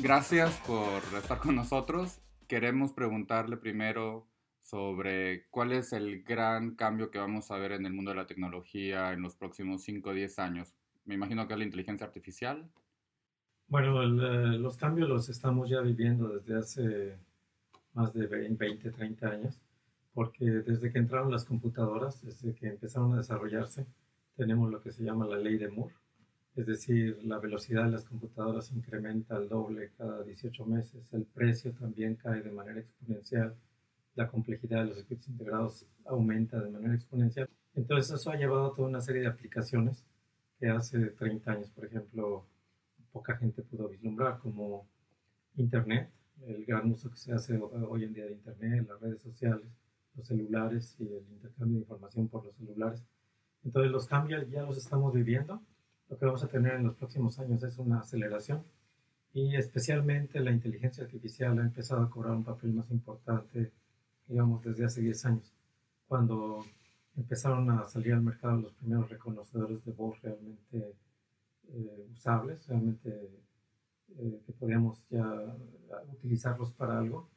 Gracias por estar con nosotros. Queremos preguntarle primero sobre cuál es el gran cambio que vamos a ver en el mundo de la tecnología en los próximos 5 o 10 años. Me imagino que es la inteligencia artificial. Bueno, los cambios los estamos ya viviendo desde hace más de 20, 30 años, porque desde que entraron las computadoras, desde que empezaron a desarrollarse, tenemos lo que se llama la ley de Moore, es decir, la velocidad de las computadoras incrementa al doble cada 18 meses, el precio también cae de manera exponencial, la complejidad de los circuitos integrados aumenta de manera exponencial. Entonces eso ha llevado a toda una serie de aplicaciones que hace 30 años, por ejemplo, poca gente pudo vislumbrar, como Internet, el gran uso que se hace hoy en día de Internet, las redes sociales, los celulares y el intercambio de información por los celulares. Entonces los cambios ya los estamos viviendo. Lo que vamos a tener en los próximos años es una aceleración y especialmente la inteligencia artificial ha empezado a cobrar un papel más importante, digamos, desde hace 10 años, cuando empezaron a salir al mercado los primeros reconocedores de voz realmente usables, realmente que podíamos ya utilizarlos para algo,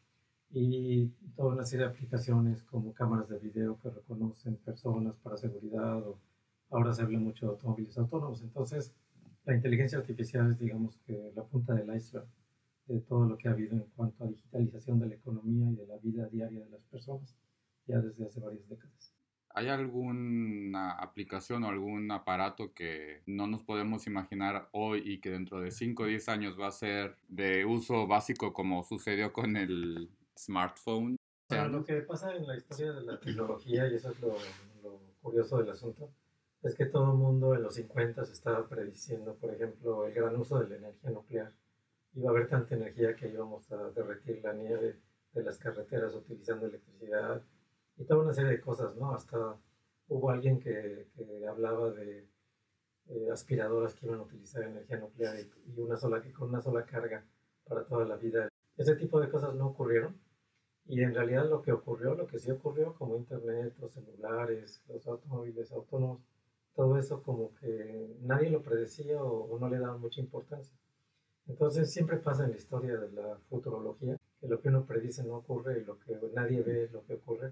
y toda una serie de aplicaciones como cámaras de video que reconocen personas para seguridad, o ahora se habla mucho de automóviles autónomos. Entonces la inteligencia artificial es, digamos, que la punta del iceberg de todo lo que ha habido en cuanto a digitalización de la economía y de la vida diaria de las personas ya desde hace varias décadas. ¿Hay alguna aplicación o algún aparato que no nos podemos imaginar hoy y que dentro de 5 o 10 años va a ser de uso básico como sucedió con el smartphone? Bueno, lo Años. que pasa en la historia de la tecnología, y eso es lo curioso del asunto, es que todo el mundo en los 50 estaba prediciendo, por ejemplo, el gran uso de la energía nuclear. Iba a haber tanta energía que íbamos a derretir la nieve de las carreteras utilizando electricidad y toda una serie de cosas, ¿no? Hasta hubo alguien que hablaba de aspiradoras que iban a utilizar energía nuclear y una sola, que con una sola carga para toda la vida. Ese tipo de cosas no ocurrieron, y en realidad lo que ocurrió, lo que sí ocurrió, como Internet, los celulares, los automóviles autónomos, todo eso como que nadie lo predecía o no le daba mucha importancia. Entonces siempre pasa en la historia de la futurología, que lo que uno predice no ocurre y lo que nadie ve es lo que ocurre.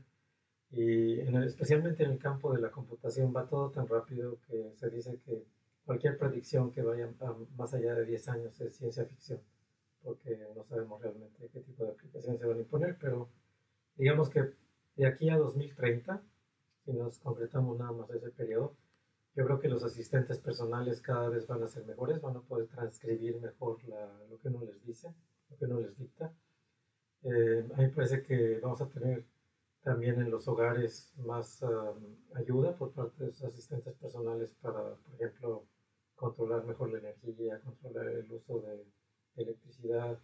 Y especialmente en el campo de la computación va todo tan rápido que se dice que cualquier predicción que vaya más allá de 10 años es ciencia ficción, porque no sabemos realmente qué tipo de aplicaciones se van a imponer, pero digamos que de aquí a 2030, si nos concretamos nada más ese periodo, yo creo que los asistentes personales cada vez van a ser mejores, van a poder transcribir mejor lo que uno les dice, lo que uno les dicta. A mí me parece que vamos a tener también en los hogares más ayuda por parte de los asistentes personales para, por ejemplo, controlar mejor la energía, controlar el uso de electricidad,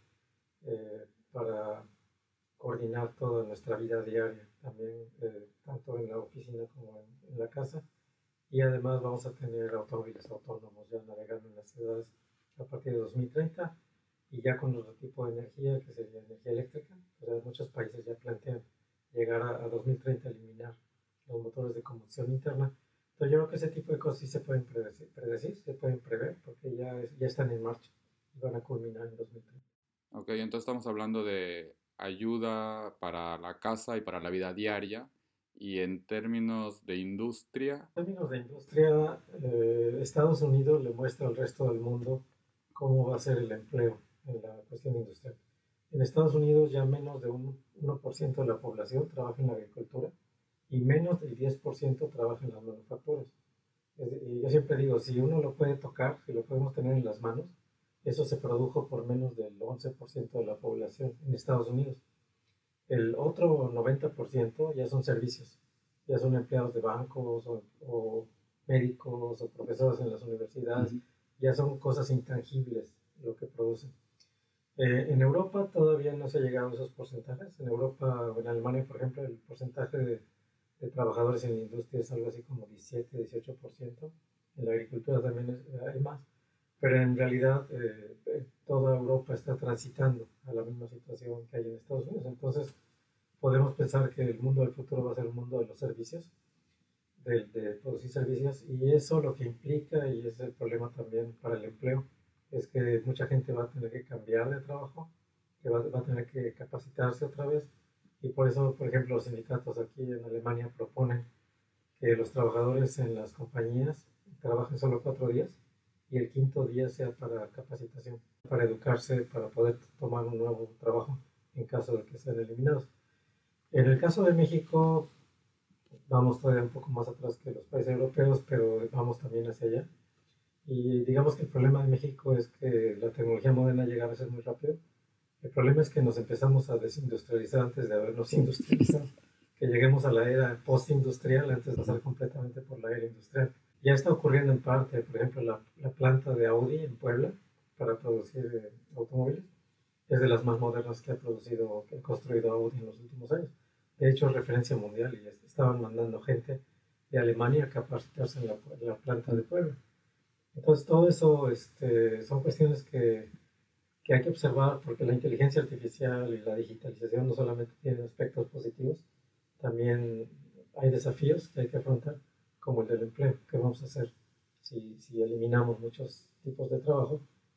para coordinar toda nuestra vida diaria, también tanto en la oficina como en la casa. Y además vamos a tener automóviles autónomos ya navegando en las ciudades a partir de 2030, y ya con otro tipo de energía, que sería energía eléctrica. O sea, muchos países ya plantean llegar a 2030 a eliminar los motores de combustión interna. Entonces yo creo que ese tipo de cosas sí se pueden predecir, se pueden prever, porque ya están en marcha y van a culminar en 2030. Ok, entonces estamos hablando de ayuda para la casa y para la vida diaria. Y en términos de industria, En términos de industria, Estados Unidos le muestra al resto del mundo cómo va a ser el empleo en la cuestión industrial. En Estados Unidos ya menos de un 1% de la población trabaja en la agricultura y menos del 10% trabaja en las manufacturas. Y yo siempre digo, si uno lo puede tocar, si lo podemos tener en las manos, eso se produjo por menos del 11% de la población en Estados Unidos. El otro 90% ya son servicios, ya son empleados de bancos o médicos o profesores en las universidades, ya son cosas intangibles lo que producen. En Europa todavía no se ha llegado a esos porcentajes. En Europa o en Alemania, por ejemplo, el porcentaje de trabajadores en la industria es algo así como 17, 18%. En la agricultura también hay más. Pero en realidad toda Europa está transitando a la misma situación que hay en Estados Unidos. Entonces podemos pensar que el mundo del futuro va a ser un mundo de los servicios, de producir servicios, y eso lo que implica, y es el problema también para el empleo, es que mucha gente va a tener que cambiar de trabajo, que va a tener que capacitarse otra vez. Y por eso, por ejemplo, los sindicatos aquí en Alemania proponen que los trabajadores en las compañías trabajen solo 4 días y el quinto día sea para capacitación, para educarse, para poder tomar un nuevo trabajo en caso de que sean eliminados. En el caso de México, vamos todavía un poco más atrás que los países europeos, pero vamos también hacia allá. Y digamos que el problema de México es que la tecnología moderna llega a veces muy rápido. El problema es que nos empezamos a desindustrializar antes de habernos industrializado, que lleguemos a la era postindustrial antes de pasar completamente por la era industrial. Ya está ocurriendo en parte, por ejemplo, la planta de Audi en Puebla para producir automóviles es de las más modernas que ha producido, que ha construido Audi en los últimos años. De hecho, es referencia mundial y estaban mandando gente de Alemania a capacitarse en la planta de Puebla. Entonces, todo eso son cuestiones que hay que observar porque la inteligencia artificial y la digitalización no solamente tienen aspectos positivos, también hay desafíos que hay que afrontar, como el del empleo. ¿Qué vamos a hacer si eliminamos muchos tipos de trabajo?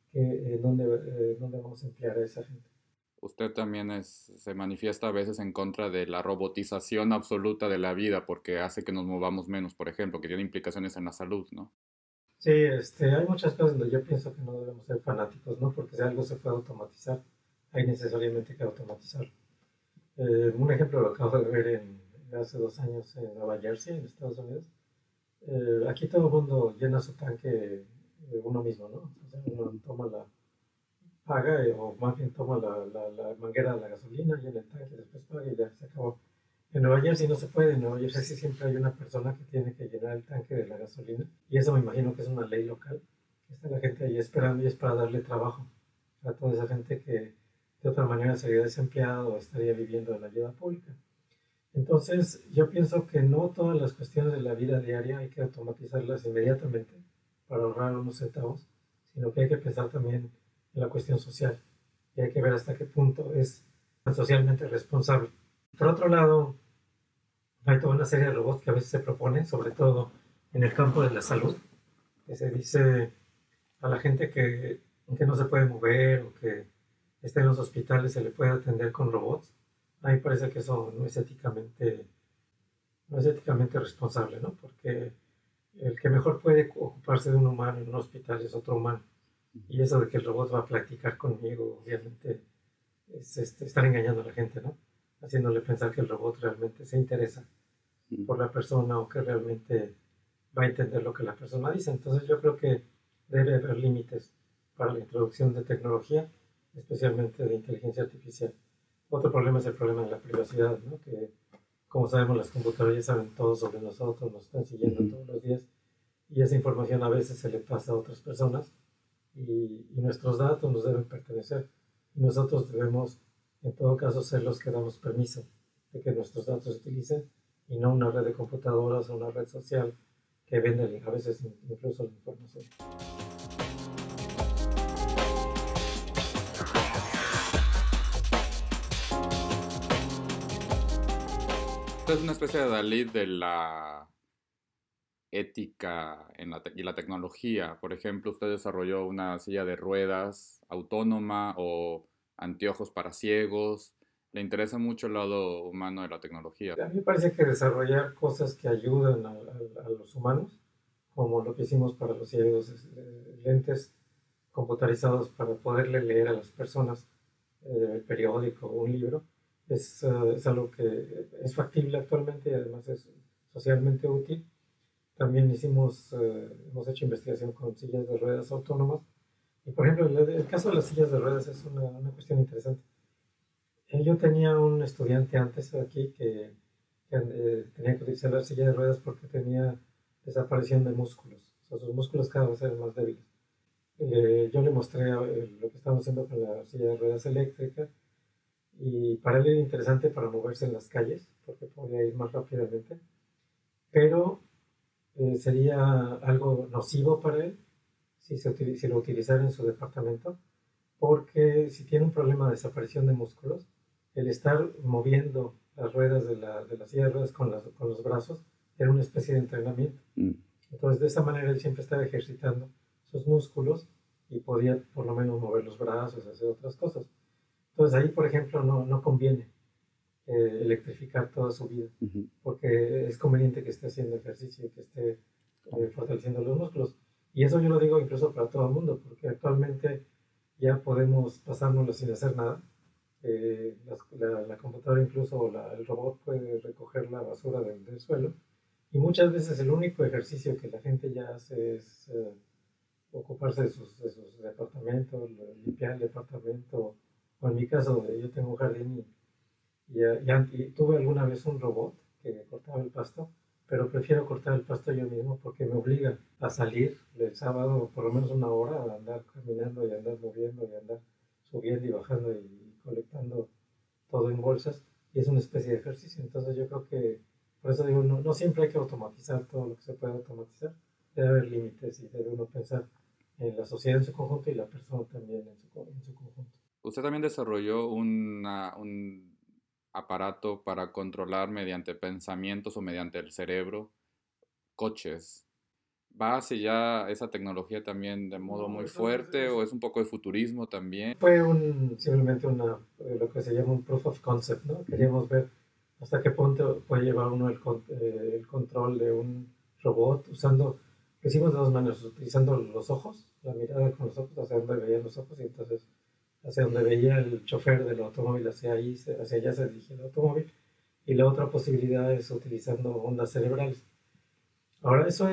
¿Dónde vamos a emplear a esa gente? Usted también se manifiesta a veces en contra de la robotización absoluta de la vida porque hace que nos movamos menos, por ejemplo, que tiene implicaciones en la salud, ¿no? Sí, hay muchas cosas donde yo pienso que no debemos ser fanáticos, ¿no? Porque si algo se puede automatizar, hay necesariamente que automatizarlo. Un ejemplo lo acabo de ver hace 2 años en Nueva Jersey, en Estados Unidos. Aquí todo el mundo llena su tanque uno mismo, ¿no? O sea, uno toma paga, o más bien toma la manguera de la gasolina, llena el tanque, después paga y ya se acabó. En Nueva Jersey no se puede, en Nueva Jersey siempre hay una persona que tiene que llenar el tanque de la gasolina y eso me imagino que es una ley local. Está la gente ahí esperando y es para darle trabajo a toda esa gente que de otra manera sería desempleada o estaría viviendo de la ayuda pública. Entonces, yo pienso que no todas las cuestiones de la vida diaria hay que automatizarlas inmediatamente para ahorrar unos centavos, sino que hay que pensar también en la cuestión social y hay que ver hasta qué punto es socialmente responsable. Por otro lado, hay toda una serie de robots que a veces se proponen, sobre todo en el campo de la salud, que se dice a la gente que no se puede mover o que está en los hospitales se le puede atender con robots. A mí parece que eso no es éticamente responsable, ¿no? Porque el que mejor puede ocuparse de un humano en un hospital es otro humano. Y eso de que el robot va a platicar conmigo, obviamente, es estar engañando a la gente, ¿no? Haciéndole pensar que el robot realmente se interesa por la persona o que realmente va a entender lo que la persona dice. Entonces yo creo que debe haber límites para la introducción de tecnología, especialmente de inteligencia artificial. Otro problema es el problema de la privacidad, ¿no? Que como sabemos las computadoras ya saben todo sobre nosotros, nos están siguiendo todos los días y esa información a veces se le pasa a otras personas y nuestros datos nos deben pertenecer. Y nosotros debemos, en todo caso, ser los que damos permiso de que nuestros datos se utilicen y no una red de computadoras o una red social que vende a veces incluso la información. Usted es una especie de Dalí de la ética y la tecnología. Por ejemplo, usted desarrolló una silla de ruedas autónoma o anteojos para ciegos. Le interesa mucho el lado humano de la tecnología. A mí me parece que desarrollar cosas que ayudan a los humanos, como lo que hicimos para los ciegos, lentes computarizados para poderle leer a las personas el periódico o un libro, es algo que es factible actualmente y además es socialmente útil. También hemos hecho investigación con sillas de ruedas autónomas. Y por ejemplo, el caso de las sillas de ruedas es una cuestión interesante. Yo tenía un estudiante antes aquí que tenía que utilizar la silla de ruedas porque tenía desaparición de músculos. O sea, sus músculos cada vez eran más débiles. Yo le mostré lo que estábamos haciendo con la silla de ruedas eléctrica y para él era interesante para moverse en las calles porque podía ir más rápidamente, pero sería algo nocivo para él si lo utilizara en su departamento, porque si tiene un problema de desaparición de músculos, el estar moviendo las ruedas de la silla de ruedas con los brazos era una especie de entrenamiento. Entonces, de esa manera él siempre estaba ejercitando sus músculos y podía por lo menos mover los brazos, hacer otras cosas. Entonces ahí, por ejemplo, no conviene electrificar toda su vida, Ujú. porque es conveniente que esté haciendo ejercicio, que esté fortaleciendo los músculos. Y eso yo lo digo incluso para todo el mundo, porque actualmente ya podemos pasárnoslo sin hacer nada. La computadora incluso o el robot puede recoger la basura del suelo y muchas veces el único ejercicio que la gente ya hace es ocuparse de sus departamentos, limpiar el departamento, o en mi caso yo tengo un jardín y tuve alguna vez un robot que cortaba el pasto, pero prefiero cortar el pasto yo mismo porque me obliga a salir el sábado por lo menos una hora a andar caminando y andar moviendo y andar subiendo y bajando y colectando todo en bolsas y es una especie de ejercicio. Entonces yo creo que, por eso digo, no siempre hay que automatizar todo lo que se puede automatizar, debe haber límites y debe uno pensar en la sociedad en su conjunto y la persona también en su conjunto. Usted también desarrolló un aparato para controlar mediante pensamientos o mediante el cerebro coches. ¿Va hacia ya esa tecnología también de modo No, muy eso fuerte o es un poco de futurismo también? fue simplemente lo que se llama un proof of concept, ¿no? Ujú. Queríamos ver hasta qué punto puede llevar uno el control de un robot lo hicimos de dos maneras, utilizando los ojos, la mirada con los ojos, hacia donde veían los ojos y entonces hacia donde veía el chofer del automóvil, hacia allá se dirigía el automóvil. Y la otra posibilidad es utilizando ondas cerebrales. Ahora, eso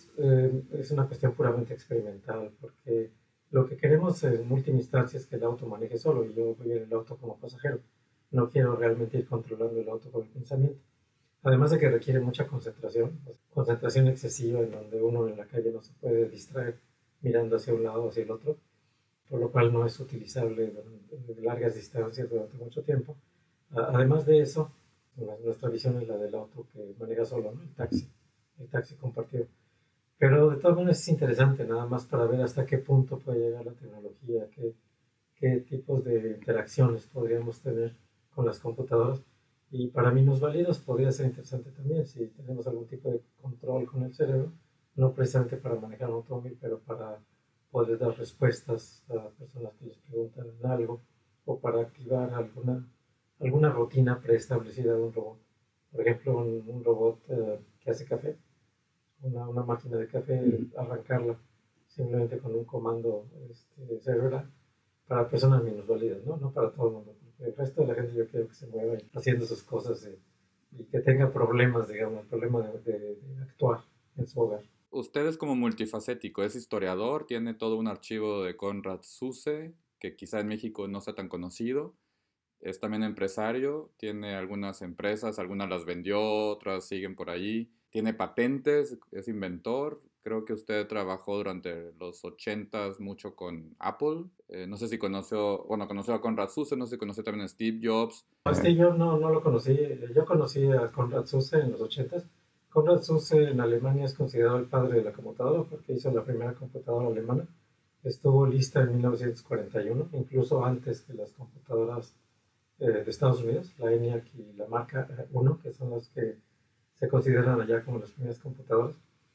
es una cuestión puramente experimental, porque lo que queremos en última instancia es que el auto maneje solo y yo voy en el auto como pasajero. No quiero realmente ir controlando el auto con el pensamiento. Además de que requiere mucha concentración, pues, concentración excesiva en donde uno en la calle no se puede distraer mirando hacia un lado o hacia el otro, por lo cual no es utilizable en largas distancias durante mucho tiempo. Además de eso, nuestra visión es la del auto que maneja solo, ¿no? El taxi compartido. Pero de todas maneras es interesante, nada más para ver hasta qué punto puede llegar la tecnología, qué tipos de interacciones podríamos tener con las computadoras. Y para minusválidos podría ser interesante también si tenemos algún tipo de control con el cerebro, no precisamente para manejar un automóvil, pero para poder dar respuestas a personas que les preguntan algo o para activar alguna rutina preestablecida de un robot. Por ejemplo, un robot que hace café, una máquina de café, Ujú. arrancarla simplemente con un comando cerebral para personas minusválidas, ¿no? No para todo el mundo. Porque el resto de la gente yo quiero que se mueva haciendo sus cosas y que tenga problemas, digamos, problema de actuar en su hogar. Usted es como multifacético, es historiador, tiene todo un archivo de Konrad Zuse, que quizá en México no sea tan conocido. Es también empresario, tiene algunas empresas, algunas las vendió, otras siguen por allí. Tiene patentes, es inventor. Creo que usted trabajó durante los 80 mucho con Apple. No sé si conoció, bueno, conoció a Conrad Zuse, no sé si conoció también a Steve Jobs. Yo no lo conocí. Yo conocí a Konrad Zuse en los 80. Konrad Zuse en Alemania es considerado el padre de la computadora porque hizo la primera computadora alemana. Estuvo lista en 1941, incluso antes que las computadoras de Estados Unidos, la ENIAC y la marca 1, que son las que se consideran allá como las primeras computadoras.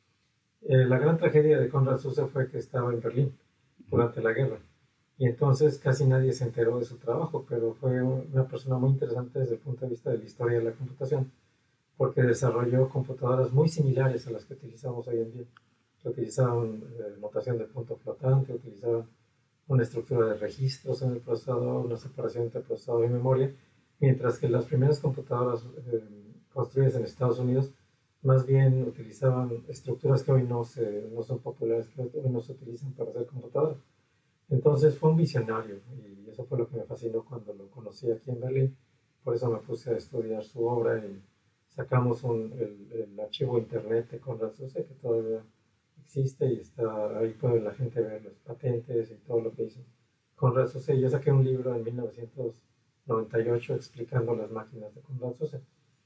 La gran tragedia de Konrad Zuse fue que estaba en Berlín Ujú. durante la guerra y entonces casi nadie se enteró de su trabajo, pero fue una persona muy interesante desde el punto de vista de la historia de la computación, porque desarrolló computadoras muy similares a las que utilizamos hoy en día. Utilizaban notación de punto flotante, utilizaban una estructura de registros en el procesador, una separación entre procesador y memoria, mientras que las primeras computadoras construidas en Estados Unidos más bien utilizaban estructuras que hoy no son populares, que hoy no se utilizan para hacer computadoras. Entonces fue un visionario y eso fue lo que me fascinó cuando lo conocí aquí en Berlín. Por eso me puse a estudiar su obra y sacamos el archivo internet de Konrad Zuse que todavía existe y está ahí puede la gente ver las patentes y todo lo que hizo Konrad Zuse. Yo saqué un libro en 1998 explicando las máquinas de Konrad Zuse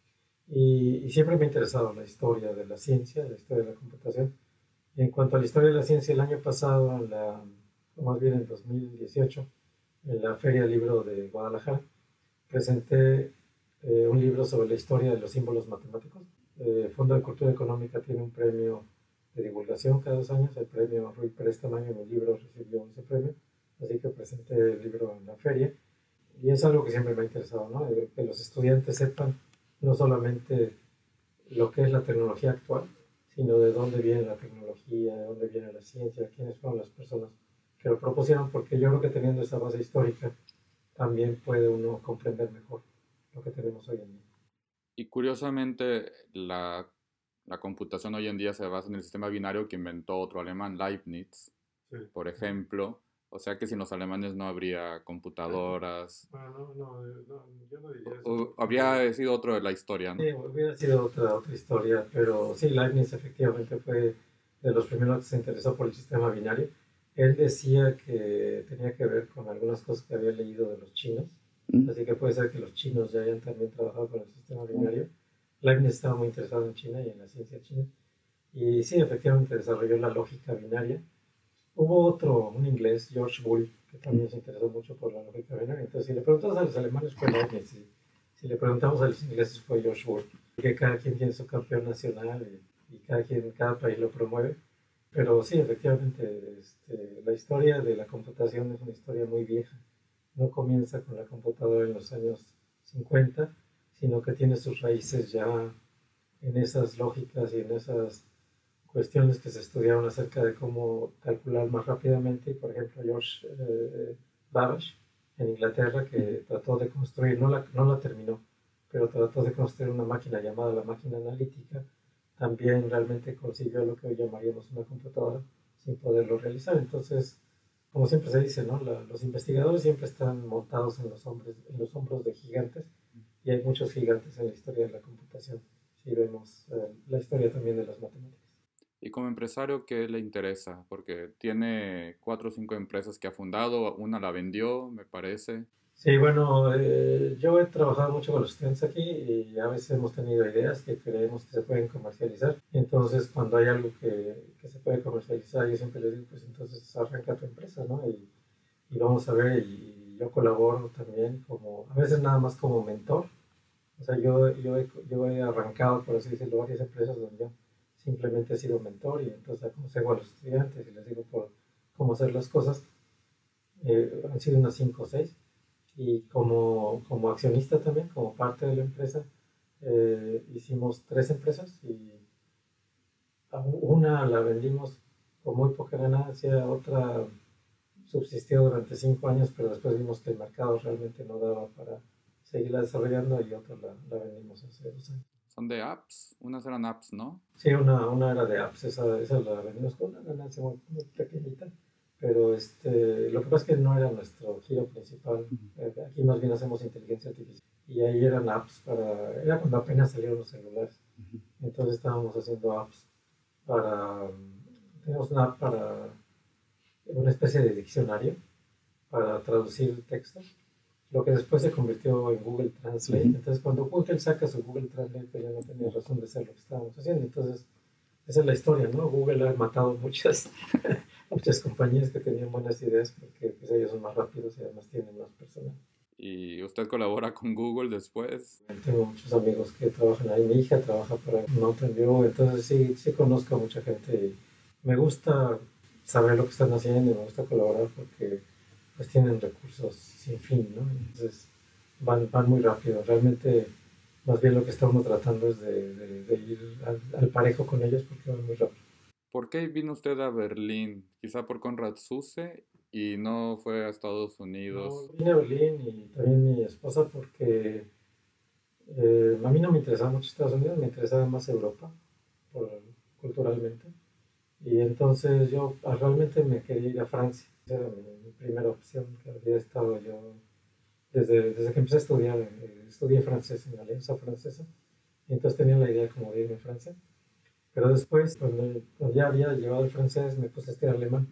y siempre me ha interesado la historia de la ciencia, la historia de la computación. Y en cuanto a la historia de la ciencia, el año pasado, o más bien en 2018, en la Feria del Libro de Guadalajara, presenté un libro sobre la historia de los símbolos matemáticos. El Fondo de Cultura Económica tiene un premio de divulgación cada 2 años. El premio Rui Pérez Tamayo, mi libro, recibió ese premio, así que presenté el libro en la feria. Y es algo que siempre me ha interesado, ¿no? Que los estudiantes sepan no solamente lo que es la tecnología actual, sino de dónde viene la tecnología, de dónde viene la ciencia, quiénes fueron las personas que lo propusieron, porque yo creo que teniendo esa base histórica también puede uno comprender mejor lo que tenemos hoy en día. Y curiosamente, la computación hoy en día se basa en el sistema binario que inventó otro alemán, Leibniz, Sí. por ejemplo. O sea que sin los alemanes no habría computadoras. Bueno, no, yo no diría eso O porque habría sido otro de la historia, ¿no? sí, hubiera sido otra historia, pero sí, Leibniz efectivamente fue de los primeros que se interesó por el sistema binario. Él decía que tenía que ver con algunas cosas que había leído de los chinos, así que puede ser que los chinos ya hayan también trabajado con el sistema binario. Leibniz estaba muy interesado en China y en la ciencia china, y sí, efectivamente desarrolló la lógica binaria. Hubo otro, un inglés, George Bull, que también se interesó mucho por la lógica binaria. Entonces, si le preguntamos a los alemanes fue Leibniz, si le preguntamos a los ingleses fue George Bull, que cada quien tiene su campeón nacional y cada país lo promueve. Pero sí, efectivamente, la historia de la computación es una historia muy vieja. No comienza con la computadora en los años 50, sino que tiene sus raíces ya en esas lógicas y en esas cuestiones que se estudiaron acerca de cómo calcular más rápidamente. Por ejemplo, George Babbage en Inglaterra, que trató de construir, no la terminó, pero trató de construir una máquina llamada la máquina analítica, también realmente consiguió lo que hoy llamaríamos una computadora sin poderlo realizar. Entonces, como siempre se dice, ¿no? Los investigadores siempre están montados en los hombros de gigantes, y hay muchos gigantes en la historia de la computación, si vemos la historia también de las matemáticas. Y como empresario, ¿qué le interesa? Porque tiene 4 o 5 empresas que ha fundado, una la vendió, me parece. Sí, bueno, yo he trabajado mucho con los estudiantes aquí y a veces hemos tenido ideas que creemos que se pueden comercializar. Entonces, cuando hay algo que se puede comercializar, yo siempre les digo, pues entonces arranca tu empresa, ¿no? Y vamos a ver, y yo colaboro también como, a veces nada más como mentor. O sea, yo he arrancado, por así decirlo, varias empresas donde yo simplemente he sido mentor y entonces aconsejo a los estudiantes y les digo cómo hacer las cosas. Han sido unas 5 o 6. Y como accionista también, como parte de la empresa, hicimos 3 empresas y una la vendimos con muy poca ganancia, otra subsistió durante 5 años, pero después vimos que el mercado realmente no daba para seguirla desarrollando, y otra la vendimos hace 2 años. Son de apps, unas eran apps, ¿no? Sí, una era de apps, esa la vendimos con una ganancia muy pequeñita, pero lo que pasa es que no era nuestro giro principal. Ujú. Aquí más bien hacemos inteligencia artificial, y ahí eran apps era cuando apenas salieron los celulares, Ujú. entonces estábamos haciendo apps teníamos una app para una especie de diccionario para traducir textos, lo que después se convirtió en Google Translate. Entonces, cuando Google saca su Google Translate, pues ya no tenía razón de ser lo que estábamos haciendo. Entonces, esa es la historia, ¿no? Google ha matado muchas compañías que tenían buenas ideas, porque pues, ellos son más rápidos y además tienen más personal. Y usted colabora con Google después. Tengo muchos amigos que trabajan ahí. Mi hija trabaja para Mountain View, entonces sí conozco a mucha gente y me gusta saber lo que están haciendo y me gusta colaborar porque pues tienen recursos sin fin, ¿no? Entonces van muy rápido. Realmente, más bien lo que estamos tratando es de ir al parejo con ellos porque van muy rápido. ¿Por qué vino usted a Berlín? Quizá por Konrad Zuse y no fue a Estados No, Unidos. vine a Berlín y también mi esposa porque a mí no me interesaba mucho Estados Unidos, me interesaba más Europa culturalmente. Y entonces yo realmente me quería ir a Francia. Esa era mi primera opción, que había estado yo desde que empecé a estudiar. Estudié francés en la Alianza Francesa, y entonces tenía la idea como de irme a Francia. Pero después, cuando ya había llevado el francés, me puse a estudiar alemán,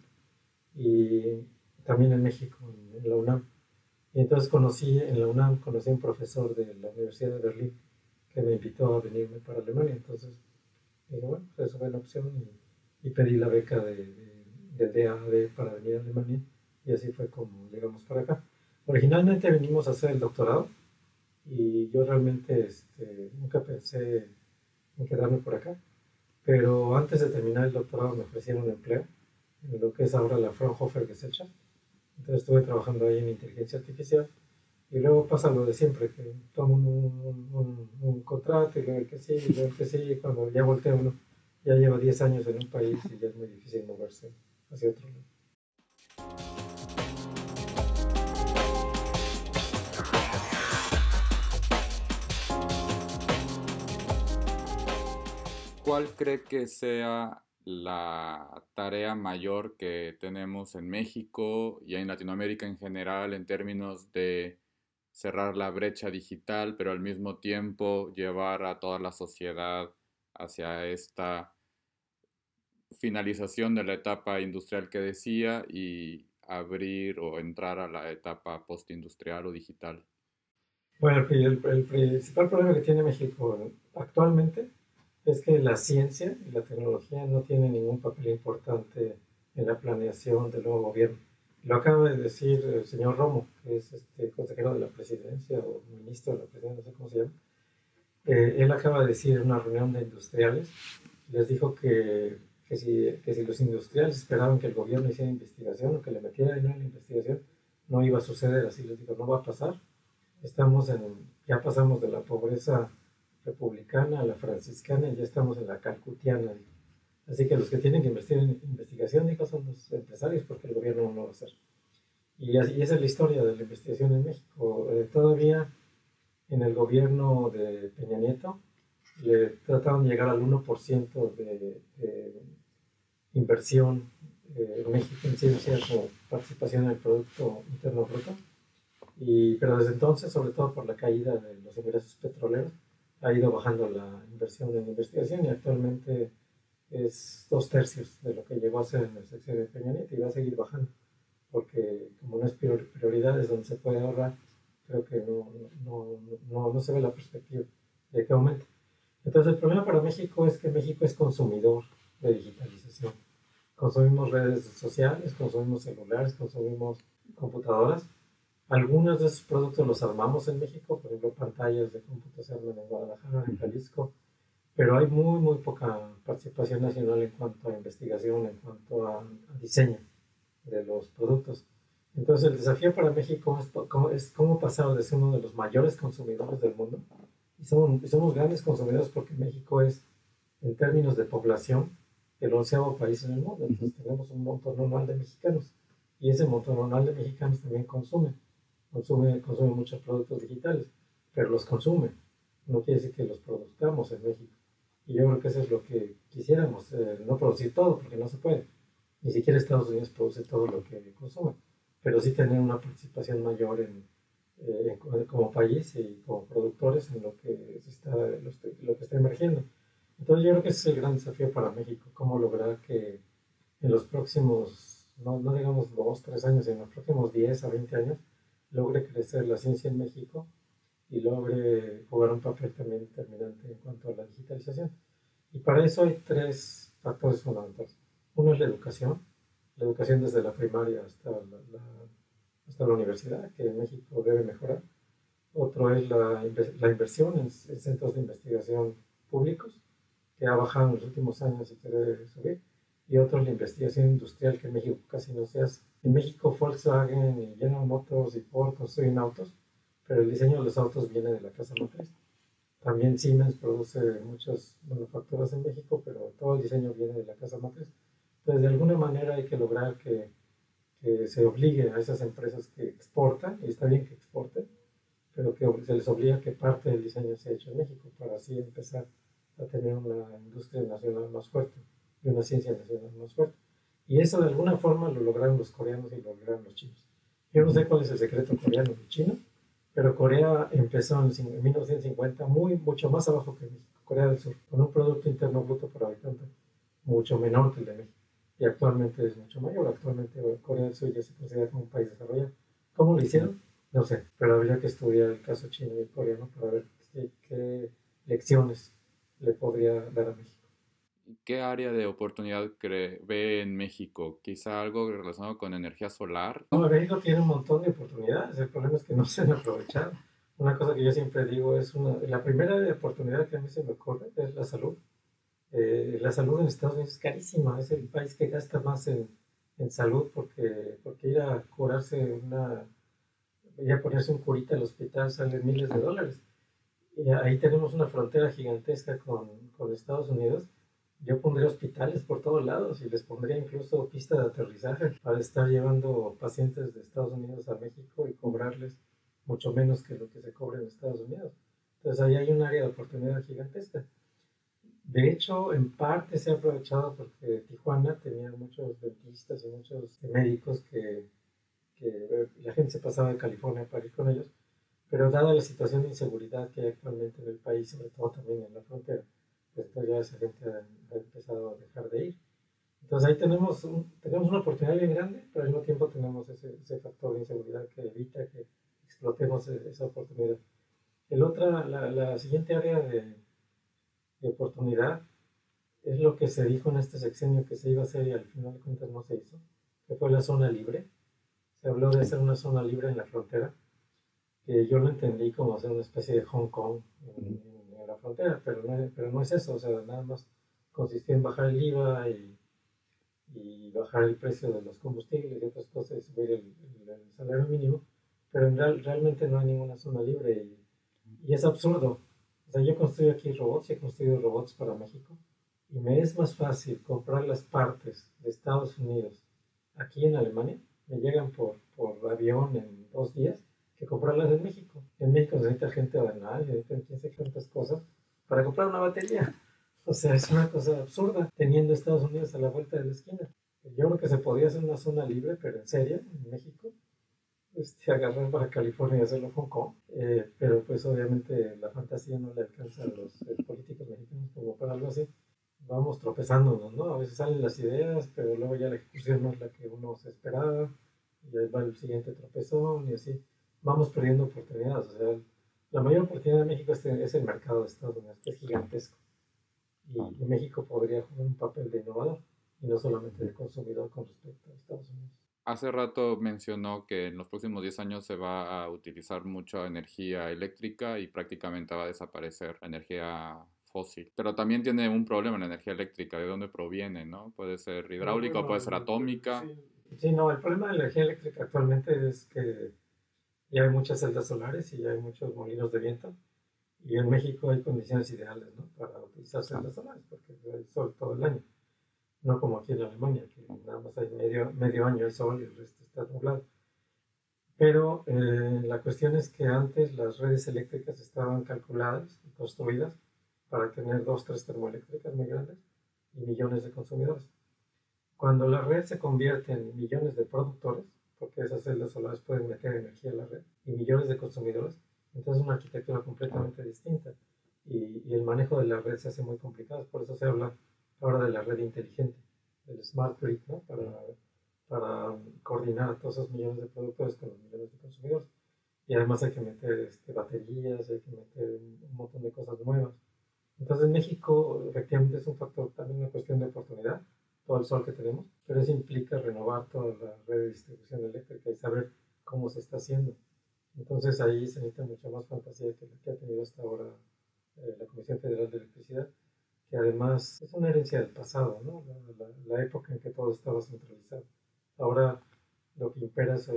y también en México, en la UNAM. Y entonces en la UNAM conocí a un profesor de la Universidad de Berlín que me invitó a venirme para Alemania. Entonces dije, bueno, pues eso fue la opción, y pedí la beca del DAAD para venir a Alemania, y así fue como llegamos para acá. Originalmente venimos a hacer el doctorado, y yo realmente nunca pensé en quedarme por acá, pero antes de terminar el doctorado me ofrecieron un empleo en lo que es ahora la Fraunhofer Gesellschaft. Entonces estuve trabajando ahí en inteligencia artificial y luego pasa lo de siempre, que tomo un contrato y luego el que sí, y luego el que sí, y cuando ya voltea uno, ya lleva 10 años en un país y ya es muy difícil moverse hacia otro lado. ¿Cuál cree que sea la tarea mayor que tenemos en México y en Latinoamérica en general en términos de cerrar la brecha digital, pero al mismo tiempo llevar a toda la sociedad hacia esta finalización de la etapa industrial que decía y abrir o entrar a la etapa postindustrial o digital? Bueno, el principal problema que tiene México actualmente es que la ciencia y la tecnología no tienen ningún papel importante en la planeación del nuevo gobierno. Lo acaba de decir el señor Romo, que es consejero de la presidencia o ministro de la presidencia, no sé cómo se llama. Él acaba de decir en una reunión de industriales, les dijo que si los industriales esperaban que el gobierno hiciera investigación o que le metiera dinero en la investigación, no iba a suceder. Así les digo, no va a pasar. Ya pasamos de la pobreza republicana a la franciscana y ya estamos en la calcutiana. Así que los que tienen que invertir en investigación, dijo, son los empresarios, porque el gobierno no lo va a hacer. Y esa es la historia de la investigación en México. Todavía en el gobierno de Peña Nieto le trataron de llegar al 1% de inversión en México en ciencia como participación en el Producto Interno Bruto. Pero desde entonces, sobre todo por la caída de los ingresos petroleros, ha ido bajando la inversión en investigación y actualmente es 2/3 de lo que llegó a ser en el sexenio de Peña Nieto y va a seguir bajando, porque como no es prioridad, es donde se puede ahorrar, creo que no se ve la perspectiva de que aumente. Entonces el problema para México es que México es consumidor de digitalización. Consumimos redes sociales, consumimos celulares, consumimos computadoras. Algunos de esos productos los armamos en México, por ejemplo, pantallas de cómputo se arman en Guadalajara, en Jalisco, pero hay muy poca participación nacional en cuanto a investigación, en cuanto a diseño de los productos. Entonces, el desafío para México es cómo pasar de ser uno de los mayores consumidores del mundo, y somos grandes consumidores porque México es, en términos de población, el 11º país en el mundo. Entonces, tenemos un montón anual de mexicanos, y ese montón anual de mexicanos también consume muchos productos digitales, pero los consume. No quiere decir que los produzcamos en México. Y yo creo que eso es lo que quisiéramos, no producir todo, porque no se puede. Ni siquiera Estados Unidos produce todo lo que consume, pero sí tener una participación mayor como país y como productores en lo que está emergiendo. Entonces yo creo que ese es el gran desafío para México, cómo lograr que en los próximos, no digamos 2, 3 años, en los próximos 10 a 20 años, logre crecer la ciencia en México y logre jugar un papel también determinante en cuanto a la digitalización. Y para eso hay 3 factores fundamentales. Uno es la educación desde la primaria hasta la universidad, que en México debe mejorar. Otro es la inversión en centros de investigación públicos, que ha bajado en los últimos años y que debe subir. Y otro es la investigación industrial, que en México casi no se hace. En México Volkswagen y General Motors y Ford construyen autos, pero el diseño de los autos viene de la casa matriz. También Siemens produce muchas manufacturas en México, pero todo el diseño viene de la casa matriz. Entonces, de alguna manera hay que lograr que se obligue a esas empresas que exportan, y está bien que exporten, pero que se les obliga a que parte del diseño sea hecho en México, para así empezar a tener una industria nacional más fuerte y una ciencia nacional más fuerte. Y eso de alguna forma lo lograron los coreanos y lo lograron los chinos. Yo no sé cuál es el secreto coreano y chino, pero Corea empezó en 1950 mucho más abajo que México, Corea del Sur, con un Producto Interno Bruto por habitante mucho menor que el de México. Y actualmente es mucho mayor. Actualmente Corea del Sur ya se considera como un país desarrollado. ¿Cómo lo hicieron? No sé, pero habría que estudiar el caso chino y el coreano para ver qué lecciones le podría dar a México. ¿Qué área de oportunidad ve en México? Quizá algo relacionado con energía solar. No, México tiene un montón de oportunidades, el problema es que no se han aprovechado. Una cosa que yo siempre digo es la primera oportunidad que a mí se me ocurre es la salud. La salud en Estados Unidos es carísima, es el país que gasta más en salud porque ir a curarse ir a ponerse un curita al hospital sale miles de dólares. Y ahí tenemos una frontera gigantesca con Estados Unidos. Yo pondría hospitales por todos lados y les pondría incluso pista de aterrizaje para estar llevando pacientes de Estados Unidos a México y cobrarles mucho menos que lo que se cobra en Estados Unidos. Entonces ahí hay un área de oportunidad gigantesca. De hecho, en parte se ha aprovechado porque Tijuana tenía muchos dentistas y muchos médicos que la gente se pasaba de California para ir con ellos, pero dada la situación de inseguridad que hay actualmente en el país, sobre todo también en la frontera, pues entonces ya esa gente ha empezado a dejar de ir. Entonces ahí tenemos una oportunidad bien grande, pero al mismo tiempo tenemos ese factor de inseguridad que evita que explotemos esa oportunidad. La siguiente área de oportunidad es lo que se dijo en este sexenio que se iba a hacer y al final de cuentas no se hizo, que fue la zona libre. Se habló de hacer una zona libre en la frontera, que yo lo entendí como hacer una especie de Hong Kong en la frontera, pero no es eso, o sea, nada más consistía en bajar el IVA y bajar el precio de los combustibles y otras cosas y subir el salario mínimo, pero realmente no hay ninguna zona libre y es absurdo. O sea, yo construyo aquí robots y he construido robots para México y me es más fácil comprar las partes de Estados Unidos aquí en Alemania, me llegan por avión en 2 días, que comprarlas en México. En México necesita gente banal, necesitan quién sabe cuántas cosas para comprar una batería. O sea, es una cosa absurda teniendo Estados Unidos a la vuelta de la esquina. Yo creo que se podría hacer una zona libre, pero en serio, en México, agarrar para California y hacerlo Hong Kong, pero pues obviamente la fantasía no le alcanza a los políticos mexicanos como para algo así. Vamos tropezándonos, ¿no? A veces salen las ideas, pero luego ya la ejecución no es la que uno se esperaba, y ahí va el siguiente tropezón y así. Vamos perdiendo oportunidades, o sea, la mayor oportunidad de México es el mercado de Estados Unidos, que es gigantesco, y México podría jugar un papel de innovador, y no solamente de consumidor con respecto a Estados Unidos. Hace rato mencionó que en los próximos 10 años se va a utilizar mucha energía eléctrica y prácticamente va a desaparecer la energía fósil. Pero también tiene un problema la energía eléctrica, ¿de dónde proviene, no? Puede ser hidráulica o Bueno, puede ser atómica. sí, sí, no, el problema de la energía eléctrica actualmente es que ya hay muchas celdas solares y ya hay muchos molinos de viento. Y en México hay condiciones ideales, ¿no? Para utilizar celdas solares, porque hay sol todo el año. No como aquí en Alemania, que nada más hay medio año hay sol y el resto está nublado. Pero la cuestión es que antes las redes eléctricas estaban calculadas y construidas para tener dos, tres termoeléctricas muy grandes y millones de consumidores. Cuando la red se convierte en millones de productores, porque esas celdas solares pueden meter energía a la red, y millones de consumidores, entonces es una arquitectura completamente distinta. Y el manejo de la red se hace muy complicado. Por eso se habla ahora de la red inteligente, del smart grid, ¿no? Para coordinar a todos esos millones de productores con los millones de consumidores. Y además hay que meter baterías, hay que meter un montón de cosas nuevas. Entonces México efectivamente es un factor, también una cuestión de oportunidad, todo el sol que tenemos, pero eso implica renovar toda la red de distribución eléctrica y saber cómo se está haciendo. Entonces ahí se necesita mucha más fantasía que la que ha tenido hasta ahora la Comisión Federal de Electricidad, que además es una herencia del pasado, ¿no? La época en que todo estaba centralizado. Ahora lo que impera es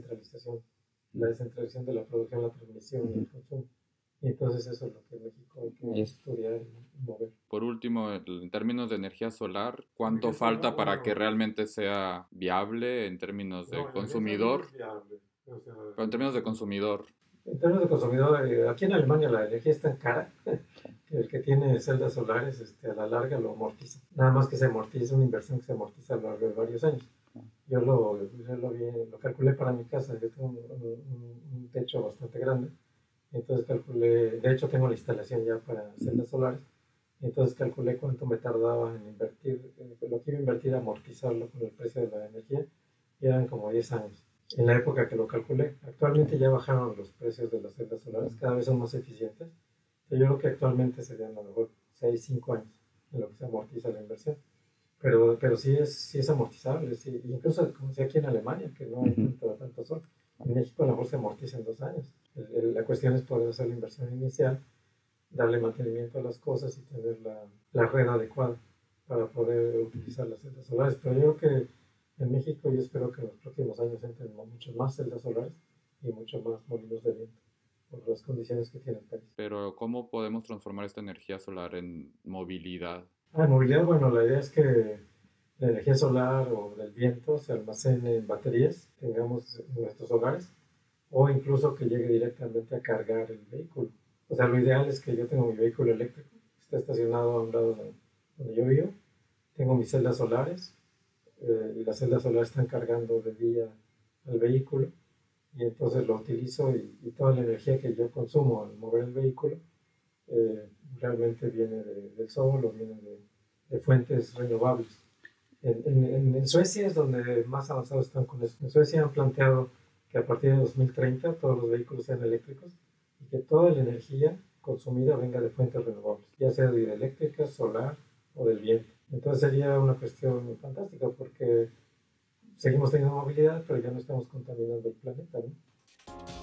la descentralización de la producción, la transmisión y el consumo. Y entonces eso es lo que en México hay que estudiar y mover. Por último, en términos de energía solar, ¿cuánto Energía solar, falta para que bueno, realmente sea viable en términos de no, energía solar consumidor? es viable. O sea, Pero en términos de consumidor, en términos de consumidor, aquí en Alemania la energía es tan cara que el que tiene celdas solares a la larga lo amortiza. Nada más que se amortiza, es una inversión que se amortiza a lo largo de varios años. Yo lo calculé para mi casa, yo tengo un techo bastante grande, entonces calculé, de hecho tengo la instalación ya para celdas solares, entonces calculé cuánto me tardaba en invertir, lo que iba a invertir a amortizarlo con el precio de la energía, y eran como 10 años. En la época que lo calculé, actualmente ya bajaron los precios de las celdas solares, cada vez son más eficientes. Yo creo que actualmente serían a lo mejor 6 5 años en lo que se amortiza la inversión. Pero sí es amortizable, sí. Incluso como decía aquí en Alemania, que no hay tanto sol. En México a lo mejor se amortiza en 2 años. La cuestión es poder hacer la inversión inicial darle mantenimiento a las cosas y tener la red adecuada para poder utilizar las celdas solares. Pero yo creo que en México yo espero que en los próximos años entren mucho más celdas solares y mucho más molinos de viento por las condiciones que tiene el país. Pero ¿cómo podemos transformar esta energía solar en movilidad? En movilidad, bueno, la idea es que la energía solar o del viento se almacene en baterías, tengamos en nuestros hogares, o incluso que llegue directamente a cargar el vehículo. O sea, lo ideal es que yo tengo mi vehículo eléctrico, está estacionado a un lado de donde yo vivo, tengo mis celdas solares y las celdas solares están cargando de día al vehículo y entonces lo utilizo y toda la energía que yo consumo al mover el vehículo eh, realmente viene del sol o viene de fuentes renovables. En Suecia es donde más avanzados están con esto. En Suecia han planteado que a partir de 2030 todos los vehículos sean eléctricos y que toda la energía consumida venga de fuentes renovables, ya sea de hidroeléctrica, solar o del viento. Entonces sería una cuestión fantástica porque seguimos teniendo movilidad, pero ya no estamos contaminando el planeta, ¿no?